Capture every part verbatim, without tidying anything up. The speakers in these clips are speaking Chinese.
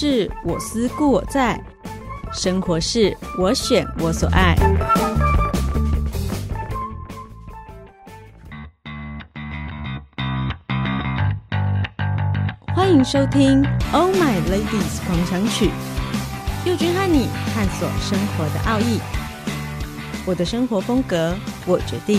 事我思故我在，生活是我选我所爱。欢迎收听 Oh My Ladies 狂想曲，佑君和你探索生活的奥义。我的生活风格我决定。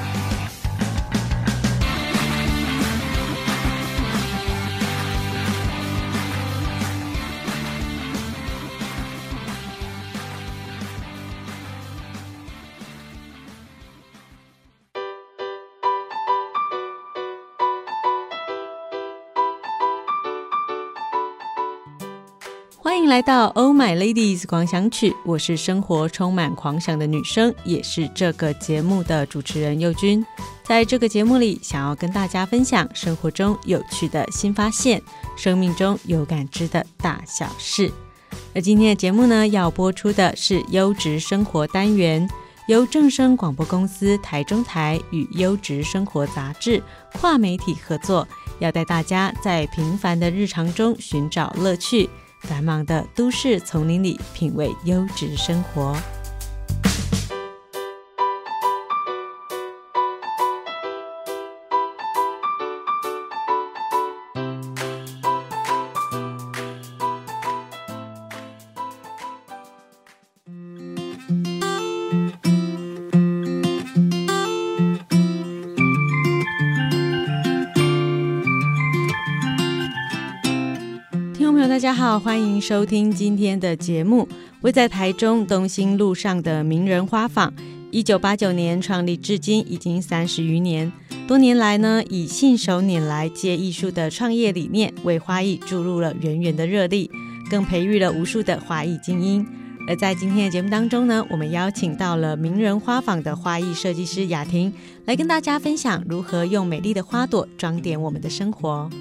欢迎来到 Oh My Ladies 狂想曲，我是生活充满狂想的女生，也是这个节目的主持人佑君。在这个节目里，想要跟大家分享生活中有趣的新发现，生命中有感知的大小事。而今天的节目呢，要播出的是优质生活单元，由正声广播公司台中台与优质生活杂志跨媒体合作，要带大家在平凡的日常中寻找乐趣，繁忙的都市丛林里品味优质生活。大家好，欢迎收听今天的节目。位在台中东兴路上的名人花坊，一九八九年创立至今已经三十余年。多年来呢，以信手拈来接艺术的创业理念，为花艺注入了源源的热力，更培育了无数的花艺精英。而在今天的节目当中呢，我们邀请到了名人花坊的花艺设计师雅婷，来跟大家分享如何用美丽的花朵装点我们的生活。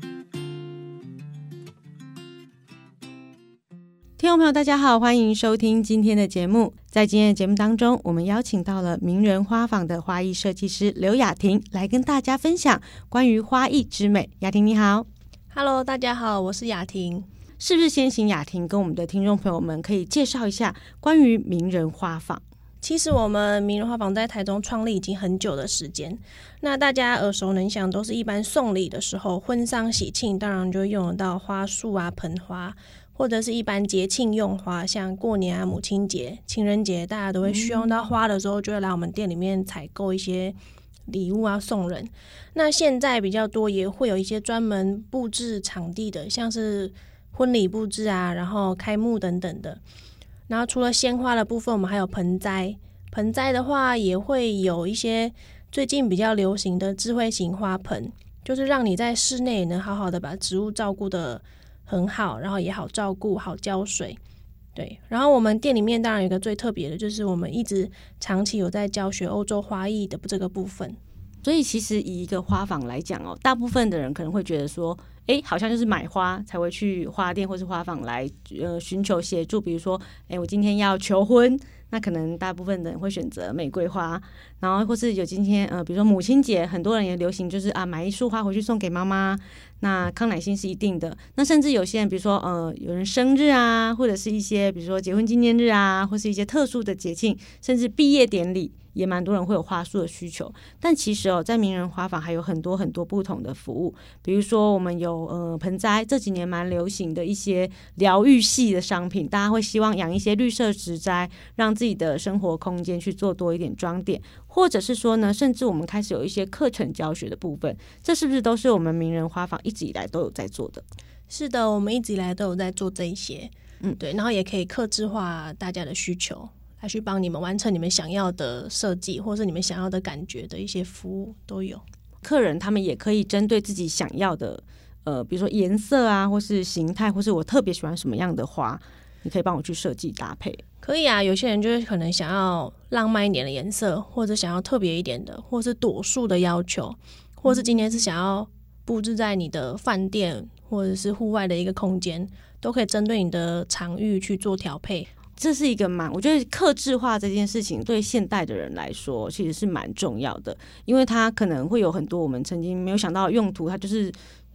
听众朋友大家好，欢迎收听今天的节目。在今天的节目当中，我们邀请到了名人花坊的花艺设计师刘雅婷，来跟大家分享关于花艺之美。雅婷你好。 Hello 大家好，我是雅婷。 是不是先请雅婷跟我们的听众朋友们可以介绍一下关于名人花坊？ 其实我们名人花坊在台中创立已经很久的时间，那大家耳熟能详都是一般送礼的时候，婚丧喜庆当然就会用得到花束啊、盆花，或者是一般节庆用花，像过年啊、母亲节、情人节，大家都会需用到花的时候，就会来我们店里面采购一些礼物啊送人。那现在比较多也会有一些专门布置场地的，像是婚礼布置啊，然后开幕等等的。然后除了鲜花的部分，我们还有盆栽。盆栽的话也会有一些最近比较流行的智慧型花盆，就是让你在室内也能好好的把植物照顾的很好，然后也好照顾，好浇水。对，然后我们店里面当然有一个最特别的，就是我们一直长期有在教学欧洲花艺的这个部分。 所以其实以一个花坊来讲哦，大部分的人可能会觉得说，哎，好像就是买花才会去花店或是花坊来呃寻求协助。比如说，哎，我今天要求婚，那可能大部分的人会选择玫瑰花，然后或是有今天呃，比如说母亲节，很多人也流行就是啊买一束花回去送给妈妈。那康乃馨是一定的，那甚至有些人比如说呃有人生日啊，或者是一些比如说结婚纪念日啊，或是一些特殊的节庆，甚至毕业典礼，也蛮多人会有花束的需求。但其实哦，在名人花坊还有很多很多不同的服务，比如说我们有呃盆栽，这几年蛮流行的一些疗愈系的商品，大家会希望养一些绿色植栽，让自己的生活空间去做多一点装点，或者是说呢，甚至我们开始有一些课程教学的部分，这是不是都是我们名人花坊一直以来都有在做的？ 是的，我们一直以来都有在做这一些， 嗯， 对，然后也可以客制化大家的需求，来去帮你们完成你们想要的设计，或是你们想要的感觉的一些服务都有。 客人他们也可以针对自己想要的呃，比如说颜色啊，或是形态，或是我特别喜欢什么样的花，你可以帮我去设计搭配。 可以啊，有些人就是可能想要浪漫一点的颜色，或者想要特别一点的，或是朵数的要求，或是今天是想要布置在你的饭店或者是户外的一个空间，都可以针对你的场域去做调配。 这是一个蛮，我觉得客制化这件事情对现代的人来说其实是蛮重要的，因为它可能会有很多我们曾经没有想到的用途，它就是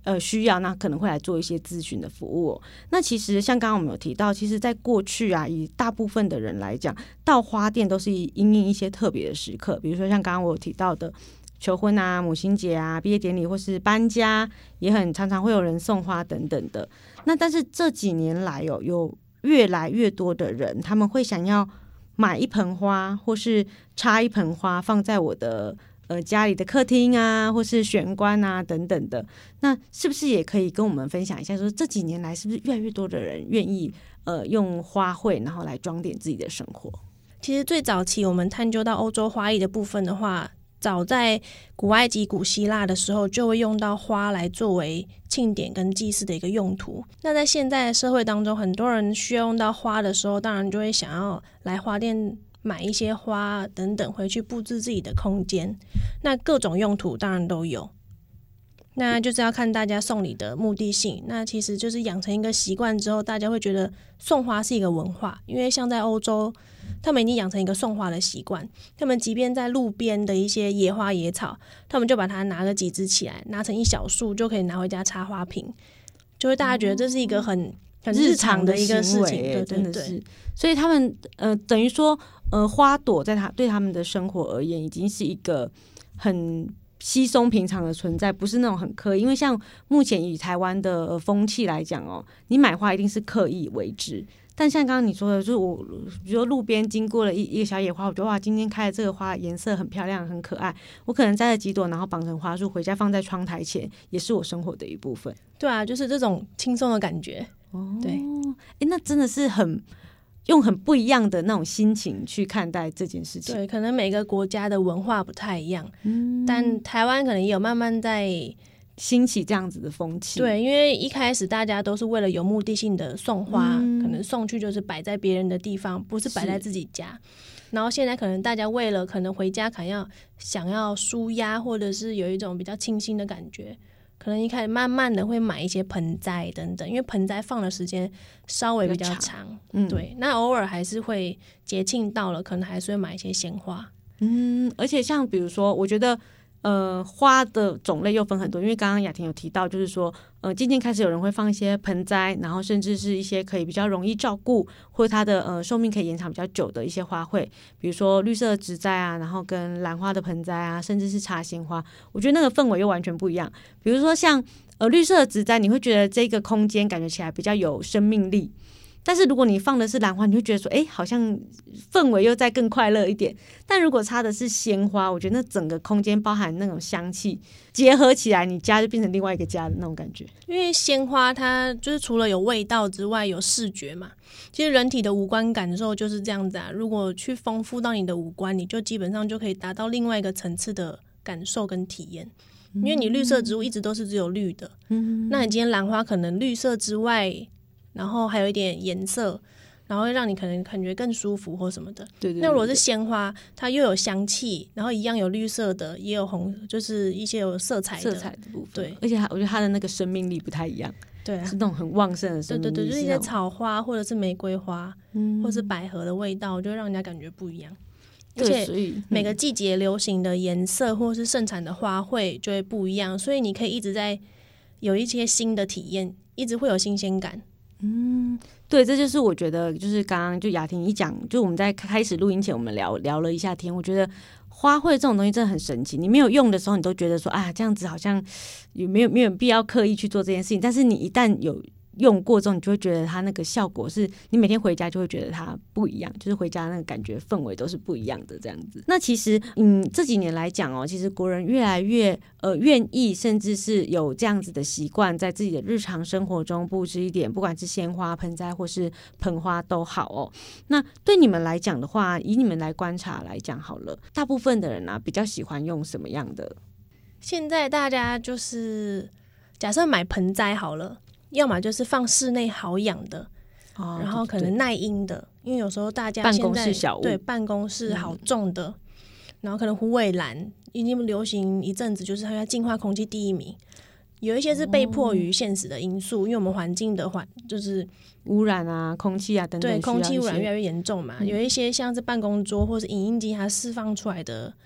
呃需要，那可能会来做一些咨询的服务、哦。那其实像刚刚我们有提到，其实在过去啊，以大部分的人来讲，到花店都是因应一些特别的时刻，比如说像刚刚我有提到的求婚啊、母亲节啊、毕业典礼或是搬家，也很常常会有人送花等等的。那但是这几年来哦，有越来越多的人，他们会想要买一盆花，或是插一盆花放在我的呃家里的客厅啊，或是玄关啊等等的。那是不是也可以跟我们分享一下，说这几年来是不是越来越多的人愿意呃用花卉然后来装点自己的生活？ 其实最早期我们探究到欧洲花艺的部分的话，早在古埃及、古希腊的时候就会用到花来作为庆典跟祭祀的一个用途。那在现在的社会当中，很多人需要用到花的时候，当然就会想要来花店买一些花等等回去布置自己的空间。那各种用途当然都有，那就是要看大家送礼的目的性。那其实就是养成一个习惯之后，大家会觉得送花是一个文化，因为像在欧洲他们已经养成一个送花的习惯，他们即便在路边的一些野花野草，他们就把它拿个几枝起来，拿成一小束就可以拿回家插花瓶，就会大家觉得这是一个很很日常的一个事情，对对对， 真的是。所以他们呃，等于说呃，花朵在他对他们的生活而言，已经是一个很稀松平常的存在，不是那种很刻意。因为像目前以台湾的、呃、风气来讲哦，你买花一定是刻意为之。但像刚刚你说的，就是我比如说路边经过了一一个小野花，我觉得哇，今天开的这个花颜色很漂亮，很可爱，我可能摘了几朵，然后绑成花束回家放在窗台前，也是我生活的一部分。 对啊，就是这种轻松的感觉。 哦， 对， 哎，那真的是很用很不一样的那种心情去看待这件事情。 对，可能每个国家的文化不太一样， 嗯， 但台湾可能也有慢慢在兴起这样子的风气。 对，因为一开始大家都是为了有目的性的送花、嗯、可能送去就是摆在别人的地方，不是摆在自己家。然后现在可能大家为了可能回家可能要想要舒压，或者是有一种比较清新的感觉，可能一开始慢慢的会买一些盆栽等等，因为盆栽放的时间稍微比较长, 比较长、嗯、对，那偶尔还是会节庆到了可能还是会买一些鲜花。 嗯，而且像比如说我觉得呃，花的种类又分很多，因为刚刚雅婷有提到，就是说，呃，渐渐开始有人会放一些盆栽，然后甚至是一些可以比较容易照顾，或者它的呃寿命可以延长比较久的一些花卉，比如说绿色的植栽啊，然后跟兰花的盆栽啊，甚至是插鲜花，我觉得那个氛围又完全不一样。比如说像呃绿色的植栽，你会觉得这个空间感觉起来比较有生命力。但是如果你放的是兰花，你会觉得说，哎，好像氛围又再更快乐一点。但如果插的是鲜花，我觉得那整个空间包含那种香气结合起来，你家就变成另外一个家的那种感觉。 因为鲜花它就是除了有味道之外，有视觉嘛。其实人体的五官感受就是这样子啊。如果去丰富到你的五官，你就基本上就可以达到另外一个层次的感受跟体验。因为你绿色植物一直都是只有绿的，嗯，那你今天兰花可能绿色之外，然后还有一点颜色，然后会让你可能感觉更舒服或什么的。 对 对, 对, 对。 那如果是鲜花，它又有香气，然后一样有绿色的，也有红，就是一些有色彩的色彩的部分。 对， 而且它我觉得它的那个生命力不太一样。 对啊， 是那种很旺盛的生命力。 对对对，就是一些草花或者是玫瑰花，嗯，或是百合的味道，就会让人家感觉不一样。而且每个季节流行的颜色或是盛产的花卉就会不一样，所以你可以一直在有一些新的体验，一直会有新鲜感。 嗯，对，这就是我觉得，就是刚刚就雅婷一讲，就我们在开始录音前，我们聊聊了一下天，我觉得花卉这种东西真的很神奇。你没有用的时候，你都觉得说啊，这样子好像有没有没有必要刻意去做这件事情，但是你一旦有用过之后，你就会觉得它那个效果是你每天回家就会觉得它不一样，就是回家那个感觉氛围都是不一样的这样子。那其实嗯这几年来讲哦，其实国人越来越呃愿意甚至是有这样子的习惯，在自己的日常生活中布置一点，不管是鲜花盆栽或是盆花都好哦。那对你们来讲的话，以你们来观察来讲好了，大部分的人啊比较喜欢用什么样的？ 现在大家就是假设买盆栽好了，要么就是放室内好养的，哦，然后可能耐阴的，因为有时候大家现在办公室小屋， 对，办公室好重的，嗯，然后可能虎尾兰已经流行一阵子，就是它要净化空气第一名。有一些是被迫于现实的因素，哦，因为我们环境的环就是污染啊、空气啊等等， 对，空气污染越来越严重嘛，嗯。有一些像是办公桌或是影印机，它释放出来的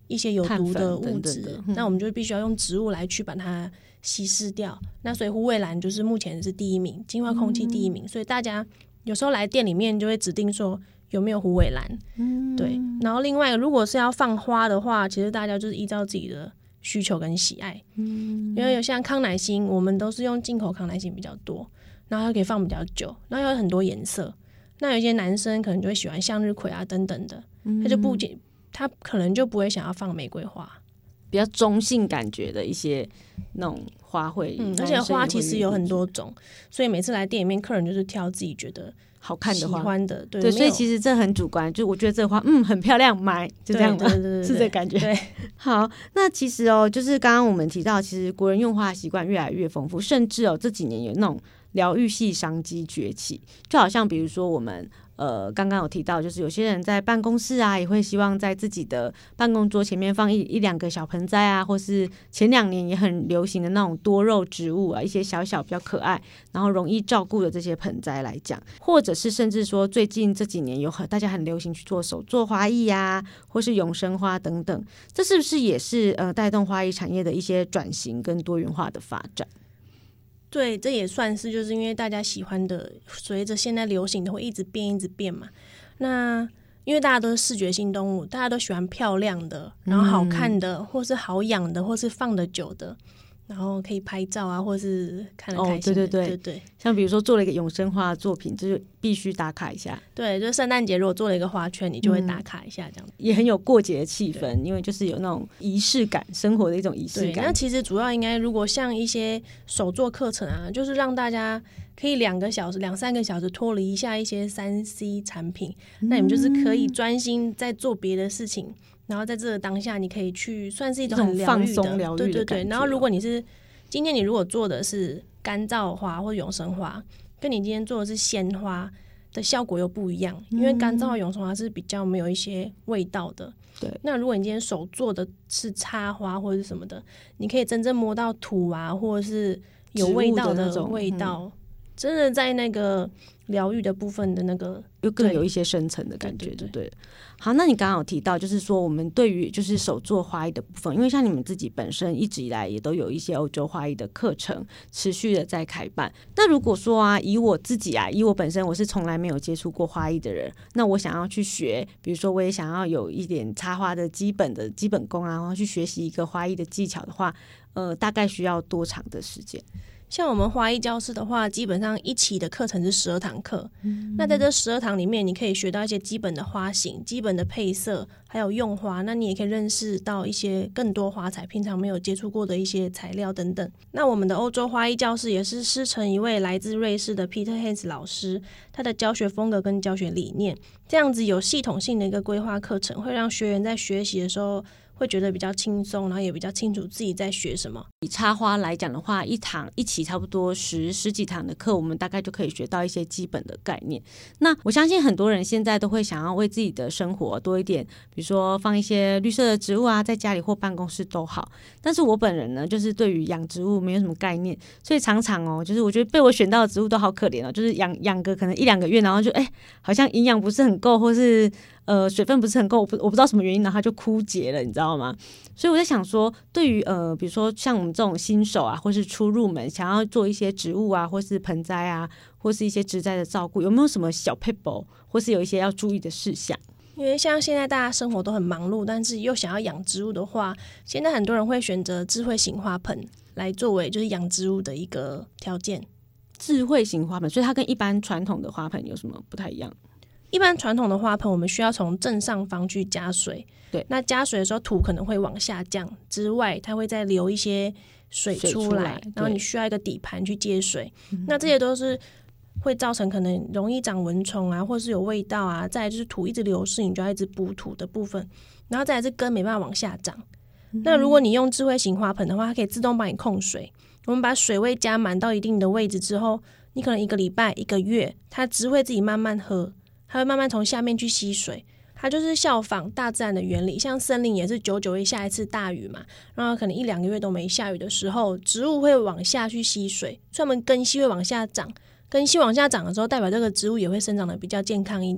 一些有毒的物质， 碳粉等等的嗯、 那我们就必须要用植物来去把它稀释掉。那所以虎尾兰就是目前是第一名，净化空气第一名、嗯、所以大家有时候来店里面就会指定说有没有虎尾兰、嗯、对。然后另外如果是要放花的话，其实大家就是依照自己的需求跟喜爱、嗯、因为有像康乃馨，我们都是用进口康乃馨比较多，然后它可以放比较久，然后有很多颜色。那有一些男生可能就会喜欢向日葵啊等等的，他就不他可能就不会想要放玫瑰花， 比较中性感觉的一些那种花卉、 嗯、而且花其实有很多种，所以每次来店里面客人就是挑自己觉得好看的花， 喜欢的， 对, 对，所以其实这很主观，就我觉得这花嗯很漂亮，买就这样嘛， 对对对对对， 是这感觉。 对， 好，那其实哦，就是刚刚我们提到，其实国人用花的习惯越来越丰富，甚至哦这几年有那种疗愈系商机崛起，就好像比如说我们呃刚刚有提到，就是有些人在办公室啊，也会希望在自己的办公桌前面放一一两个小盆栽啊，或是前两年也很流行的那种多肉植物啊，一些小小比较可爱，然后容易照顾的这些盆栽来讲，或者是甚至说最近这几年有很大家很流行去做手作花艺啊，或是永生花等等，这是不是也是呃带动花艺产业的一些转型跟多元化的发展？ 对，这也算是就是因为大家喜欢的随着现在流行的会一直变一直变嘛。那因为大家都是视觉性动物，大家都喜欢漂亮的，然后好看的、嗯、或是好养的，或是放得久的，然后可以拍照啊，或是看得开心的、哦、对对对对对， 像比如说做了一个永生花的作品，就是必须打卡一下。 对，就是圣诞节如果做了一个花圈，你就会打卡一下这样子、 嗯、也很有过节的气氛，因为就是有那种仪式感，生活的一种仪式感。 那其实主要应该如果像一些手作课程啊，就是让大家可以两个小时两三个小时脱离一下一些 三 C 产品、嗯、那你们就是可以专心在做别的事情，然后在这个当下你可以去算是一种很疗愈的放松疗愈的感觉。 对对对，然后如果你是今天你如果做的是干燥花或永生花，跟你今天做的是鲜花的效果又不一样，因为干燥的永生花是比较没有一些味道的。 对， 那如果你今天手做的是插花或者是什么的，你可以真正摸到土啊，或者是有味道的味道，嗯、真的在那个疗愈的部分的那个又更有一些深层的感觉，对对对。好，那你刚刚有提到就是说我们对于就是手作花艺的部分，因为像你们自己本身一直以来也都有一些欧洲花艺的课程持续的在开办，那如果说啊以我自己啊以我本身我是从来没有接触过花艺的人，那我想要去学，比如说我也想要有一点插花的基本的基本功啊，然后去学习一个花艺的技巧的话，呃大概需要多长的时间？ 像我们花艺教室的话，基本上一期的课程是十二堂课、嗯、那在这十二堂里面，你可以学到一些基本的花型、基本的配色，还有用花，那你也可以认识到一些更多花材平常没有接触过的一些材料等等。那我们的欧洲花艺教室也是师承一位来自瑞士的 Peter Hayes 老师，他的教学风格跟教学理念，这样子有系统性的一个规划课程，会让学员在学习的时候会觉得比较轻松，然后也比较清楚自己在学什么。 以插花来讲的话，一堂一期差不多十十几堂的课，我们大概就可以学到一些基本的概念。那我相信很多人现在都会想要为自己的生活多一点，比如说放一些绿色的植物啊，在家里或办公室都好。但是我本人呢，就是对于养植物没有什么概念，所以常常哦，就是我觉得被我选到的植物都好可怜哦，就是养养个可能一两个月，然后就哎，好像营养不是很够，或是呃水分不是很够，我不我不知道什么原因，然后它就枯竭了，你知道吗？所以我在想说，对于呃比如说像我们这种新手啊，或是初入门想要做一些植物啊，或是盆栽啊，或是一些植栽的照顾，有没有什么小撇步，或是有一些要注意的事项？ 因为像现在大家生活都很忙碌，但是又想要养植物的话，现在很多人会选择智慧型花盆来作为就是养植物的一个条件。 智慧型花盆，所以它跟一般传统的花盆有什么不太一样？ 一般传统的花盆我们需要从正上方去加水， 对， 那加水的时候土可能会往下降之外，它会再流一些水出来， 水出来， 然后你需要一个底盘去接水、嗯、那这些都是会造成可能容易长蚊虫啊，或是有味道啊，再来就是土一直流失，你就要一直补土的部分，然后再来是根没办法往下长、嗯、那如果你用智慧型花盆的话，它可以自动帮你控水，我们把水位加满到一定的位置之后，你可能一个礼拜一个月它只会自己慢慢喝，它会慢慢从下面去吸水，它就是效仿大自然的原理，像森林也是久久会下一次大雨嘛，然后可能一两个月都没下雨的时候，植物会往下去吸水，所以我们根系会往下长，根系往下长的时候，代表这个植物也会生长得比较健康一点。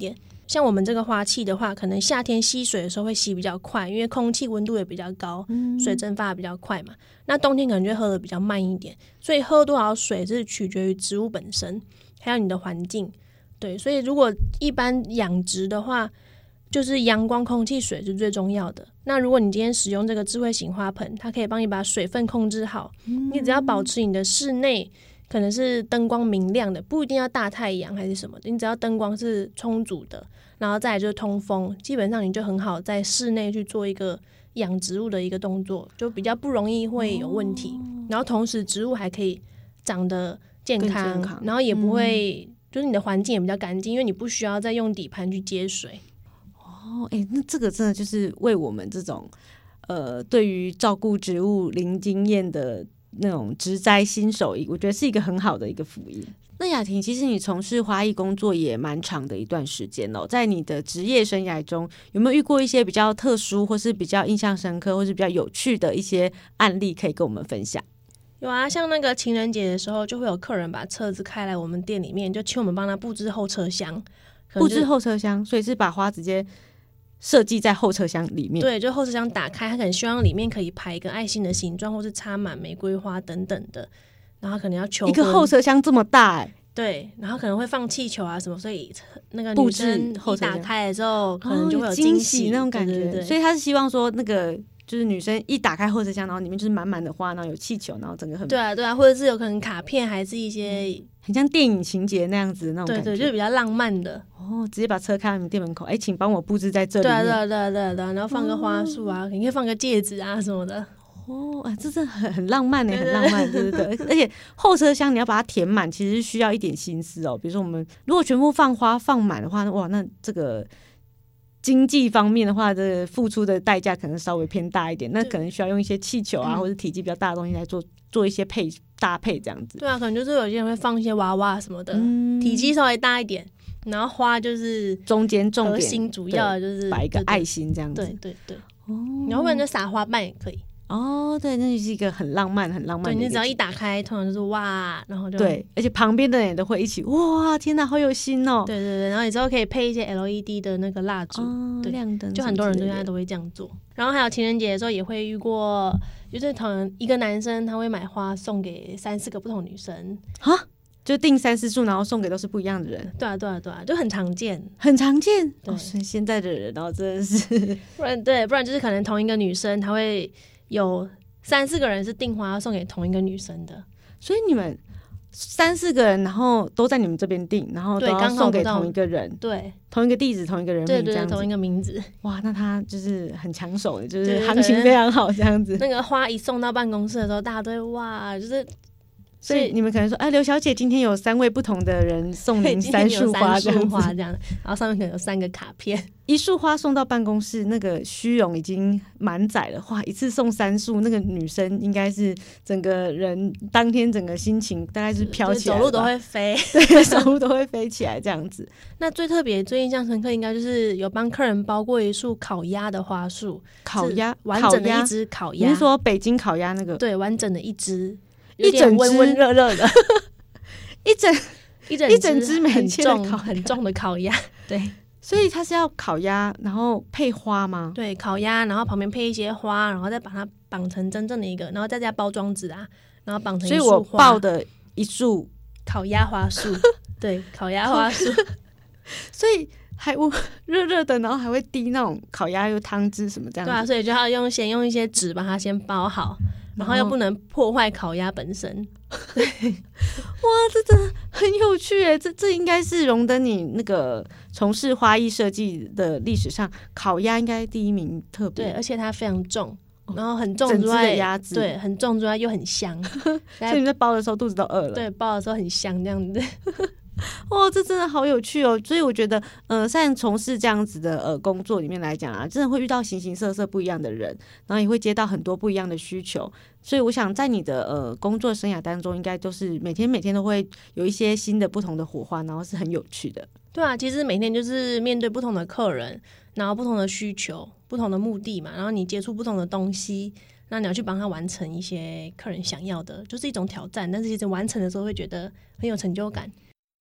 像我们这个花器的话，可能夏天吸水的时候会吸比较快，因为空气温度也比较高，嗯、水蒸发比较快嘛。那冬天可能就会喝的比较慢一点，所以喝多少水是取决于植物本身，还有你的环境。对，所以如果一般养殖的话，就是阳光、空气、水是最重要的。那如果你今天使用这个智慧型花盆，它可以帮你把水分控制好，嗯、你只要保持你的室内可能是灯光明亮的，不一定要大太阳还是什么的，你只要灯光是充足的，然后再来就是通风，基本上你就很好在室内去做一个养植物的一个动作，就比较不容易会有问题。哦、然后同时植物还可以长得健康，健康然后也不会、嗯、就是你的环境也比较干净，因为你不需要再用底盘去接水。 哦，哎、欸，那这个真的就是为我们这种呃对于照顾植物零经验的那种植栽新手，我觉得是一个很好的一个福音。那雅婷，其实你从事花艺工作也蛮长的一段时间了，在你的职业生涯中，有没有遇过一些比较特殊，或是比较印象深刻，或是比较有趣的一些案例可以跟我们分享？ 有啊，像那个情人节的时候，就会有客人把车子开来我们店里面，就请我们帮他布置后车厢。 布置后车厢，所以是把花直接设计在后车厢里面。 对，就后车厢打开，他可能希望里面可以排一个爱心的形状，或是插满玫瑰花等等的。然后可能要求婚， 一个后车厢这么大哎、欸， 对，然后可能会放气球啊什么，所以那个女生一打开的时候，可能就会有惊喜、 哦、那种感觉。 对对对， 所以他是希望说那个。就是女生一打开后车厢，然后里面就是满满的花，然后有气球，然后整个很对啊对啊，或者是有可能卡片，还是一些很像电影情节那样子的那种感觉， 对对，就是比较浪漫的哦。直接把车开到你们店门口，哎，请帮我布置在这里面。 对啊对啊对啊对啊，然后放个花束啊，哦、你可以放个戒指啊什么的。 哦，啊，这真的很很浪漫呢，很浪漫，对对对。而且后车厢你要把它填满，其实需要一点心思哦。比如说我们如果全部放花放满的话，哇，那这个。经济方面的话，这个付出的代价可能稍微偏大一点，那可能需要用一些气球啊，或者体积比较大的东西来做做一些配搭配这样子。 对啊，可能就是有些人会放一些娃娃什么的，嗯、体积稍微大一点，然后花就是中间重点核心主要的就是摆一个爱心这样子。 对对对，哦，然后不然就撒花瓣也可以。 哦，对，那就是一个很浪漫、很浪漫的。 对，你只要一打开，通常就是哇，然后就对，而且旁边的人都会一起哇，天哪，好有心哦！ 对对对，然后你之后可以配一些 L E D 的那个蜡烛， 哦、 对， 亮灯， 就很多人现在都会这样做。然后还有情人节的时候也会遇过，就是同一个男生他会买花送给三四个不同女生啊，就订三四束，然后送给都是不一样的人。 对啊对啊对啊，就很常见， 很常见。 对， 哦、所以现在的人，然后真的是不然对，不然就是可能同一个女生她会有。三四个人是订花要送给同一个女生的， 所以你们三四个人，然后都在你们这边订，然后都要送给同一个人， 对， 同一个地址，同一个人名， 对对对，同一个名字。 哇，那他就是很抢手的，就是行情非常好，这样子。 那个花一送到办公室的时候，大家都会哇，就是。 所以你们可能说，哎，刘小姐今天有三位不同的人送您三束花， 这样花这样，然后上面可能有三个卡片， 一束花送到办公室，那个虚荣已经满载了。哇，一次送三束，那个女生应该是整个人当天整个心情大概是飘起来， 走路都会飞， 对，走路都会飞起来这样子。 那最特别、最印象深刻，应该就是有帮客人包过一束烤鸭的花束， 烤鸭完整的一只烤鸭， 你是说北京烤鸭那个？ 对，完整的一只。 一整温温热热的， 一整一整一整只很重很重的烤鸭，对， 所以它是要烤鸭，然后配花吗？ 对，烤鸭，然后旁边配一些花，然后再把它绑成真正的一个，然后再加包装纸啊，然后绑成一束花。 所以我抱的一束烤鸭花束，对，烤鸭花束， 所以还温热热的，然后还会滴那种烤鸭又汤汁什么这样子。 对啊，所以就要用先用一些纸把它先包好。然后又不能破坏烤鸭本身， 哇，这真的很有趣耶！这这应该是荣登你那个从事花艺设计的历史上，烤鸭应该第一名，特别对，而且它非常重，然后很重之外， 整只的鸭子对，很重之外又很香， 所以你在包的时候肚子都饿了， 对，包的时候很香这样子。 哇，这真的好有趣哦！所以我觉得，呃，像从事这样子的呃工作里面来讲啊，真的会遇到形形色色不一样的人，然后也会接到很多不一样的需求。所以我想，在你的呃工作生涯当中，应该都是每天每天都会有一些新的不同的火花，然后是很有趣的。 对啊，其实每天就是面对不同的客人，然后不同的需求、不同的目的嘛，然后你接触不同的东西，那你要去帮他完成一些客人想要的，就是一种挑战。但是其实完成的时候会觉得很有成就感。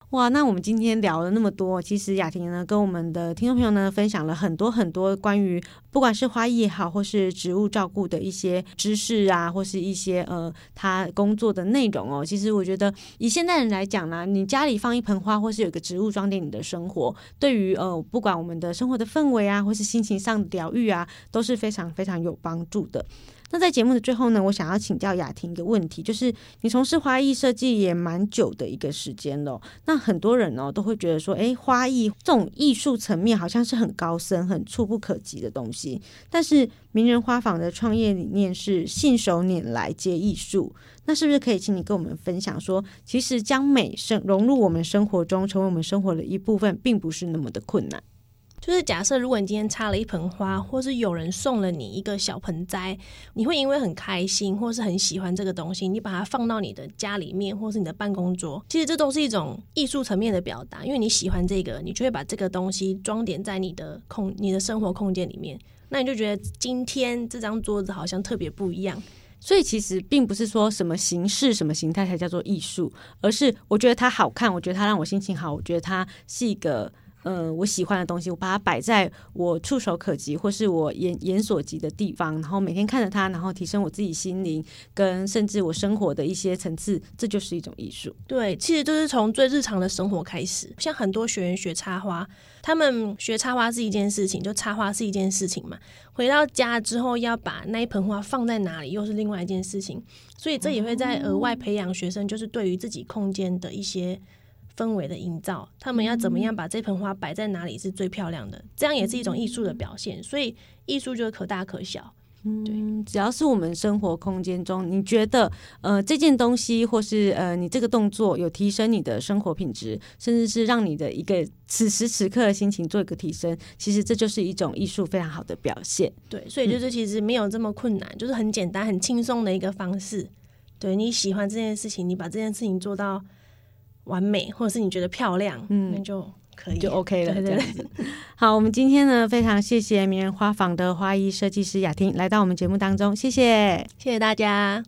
哇，那我们今天聊了那么多，其实雅婷呢跟我们的听众朋友呢分享了很多很多关于不管是花艺也好，或是植物照顾的一些知识啊，或是一些呃他工作的内容哦。其实我觉得以现代人来讲呢，你家里放一盆花，或是有个植物装点你的生活，对于呃不管我们的生活的氛围啊，或是心情上的疗愈啊，都是非常非常有帮助的。那在节目的最后呢，我想要请教雅婷一个问题，就是你从事花艺设计也蛮久的一个时间了，那很多人哦都会觉得说，哎，花艺这种艺术层面好像是很高深、很触不可及的东西，但是名人花坊的创业理念是信手拈来皆艺术，那是不是可以请你跟我们分享说，其实将美生融入我们生活中，成为我们生活的一部分，并不是那么的困难？ 就是假设如果你今天插了一盆花，或是有人送了你一个小盆栽，你会因为很开心或是很喜欢这个东西，你把它放到你的家里面或是你的办公桌，其实这都是一种艺术层面的表达，因为你喜欢这个，你就会把这个东西装点在你的空你的生活空间里面，那你就觉得今天这张桌子好像特别不一样。 所以其实并不是说什么形式什么形态才叫做艺术，而是我觉得它好看，我觉得它让我心情好，我觉得它是一个呃，我喜欢的东西，我把它摆在我触手可及或是我眼眼所及的地方，然后每天看着它，然后提升我自己心灵跟甚至我生活的一些层次，这就是一种艺术。 对，其实就是从最日常的生活开始，像很多学员学插花，他们学插花是一件事情，就插花是一件事情嘛，回到家之后要把那一盆花放在哪里又是另外一件事情，所以这也会在额外培养学生就是对于自己空间的一些氛围的营造，他们要怎么样把这盆花摆在哪里是最漂亮的，这样也是一种艺术的表现，所以艺术就是可大可小。 嗯，只要是我们生活空间中你觉得呃这件东西或是呃你这个动作有提升你的生活品质，甚至是让你的一个此时此刻的心情做一个提升，其实这就是一种艺术非常好的表现。 对，所以就是其实没有这么困难、嗯、就是很简单很轻松的一个方式。对，你喜欢这件事情，你把这件事情做到完美，或者是你觉得漂亮，嗯，那就可以就 OK 了， 对对对， 这样子。好，我们今天呢非常谢谢名人花坊的花艺设计师雅婷来到我们节目当中，谢谢， 谢谢大家。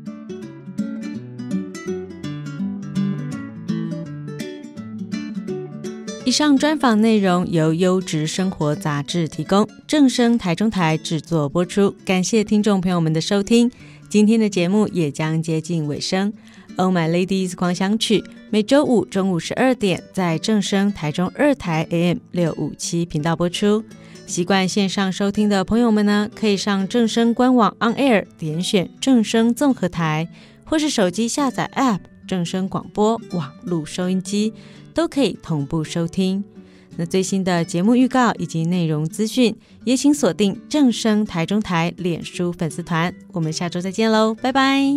以上专访内容由优质生活杂志提供，正声台中台制作播出，感谢听众朋友们的收听，今天的节目也将接近尾声。Oh My Ladies 狂想曲每周五中午十二点在正声台中二台 A M 六五七频道播出。习惯线上收听的朋友们呢，可以上正声官网 On Air 点选正声综合台，或是手机下载 App 正声广播网路收音机，都可以同步收听。那最新的节目预告以及内容资讯，也请锁定正声台中台脸书粉丝团。我们下周再见喽，拜拜。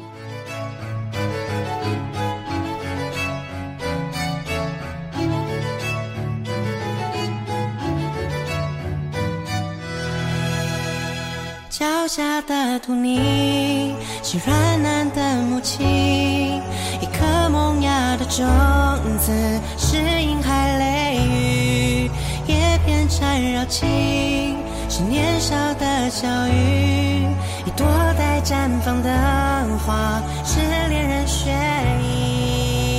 脚下的土泥是软烂的母亲，一颗萌芽的种子是婴孩泪雨，叶片缠绕情是年少的教育，一朵待绽放的花是恋人血意。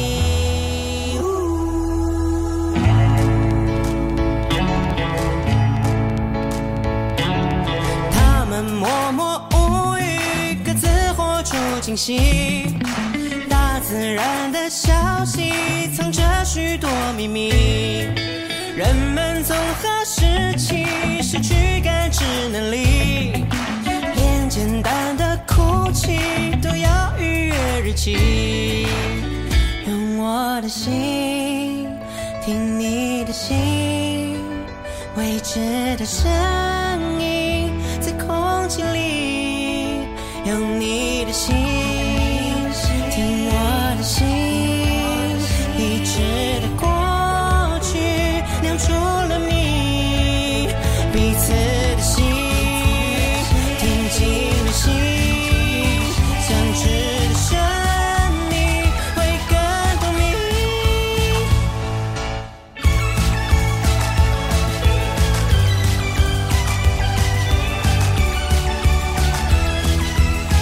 默默无语，各自活出惊喜。大自然的消息藏着许多秘密，人们从何时起失去感知能力？连简单的哭泣都要预约日期。用我的心听你的心，未知的声音在空气里，用你的心听我的心，已知的过去酿出了谜，彼此的心听进了心，相知的生命会更透明。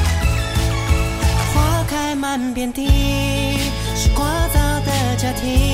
满遍地是聒噪的家庭，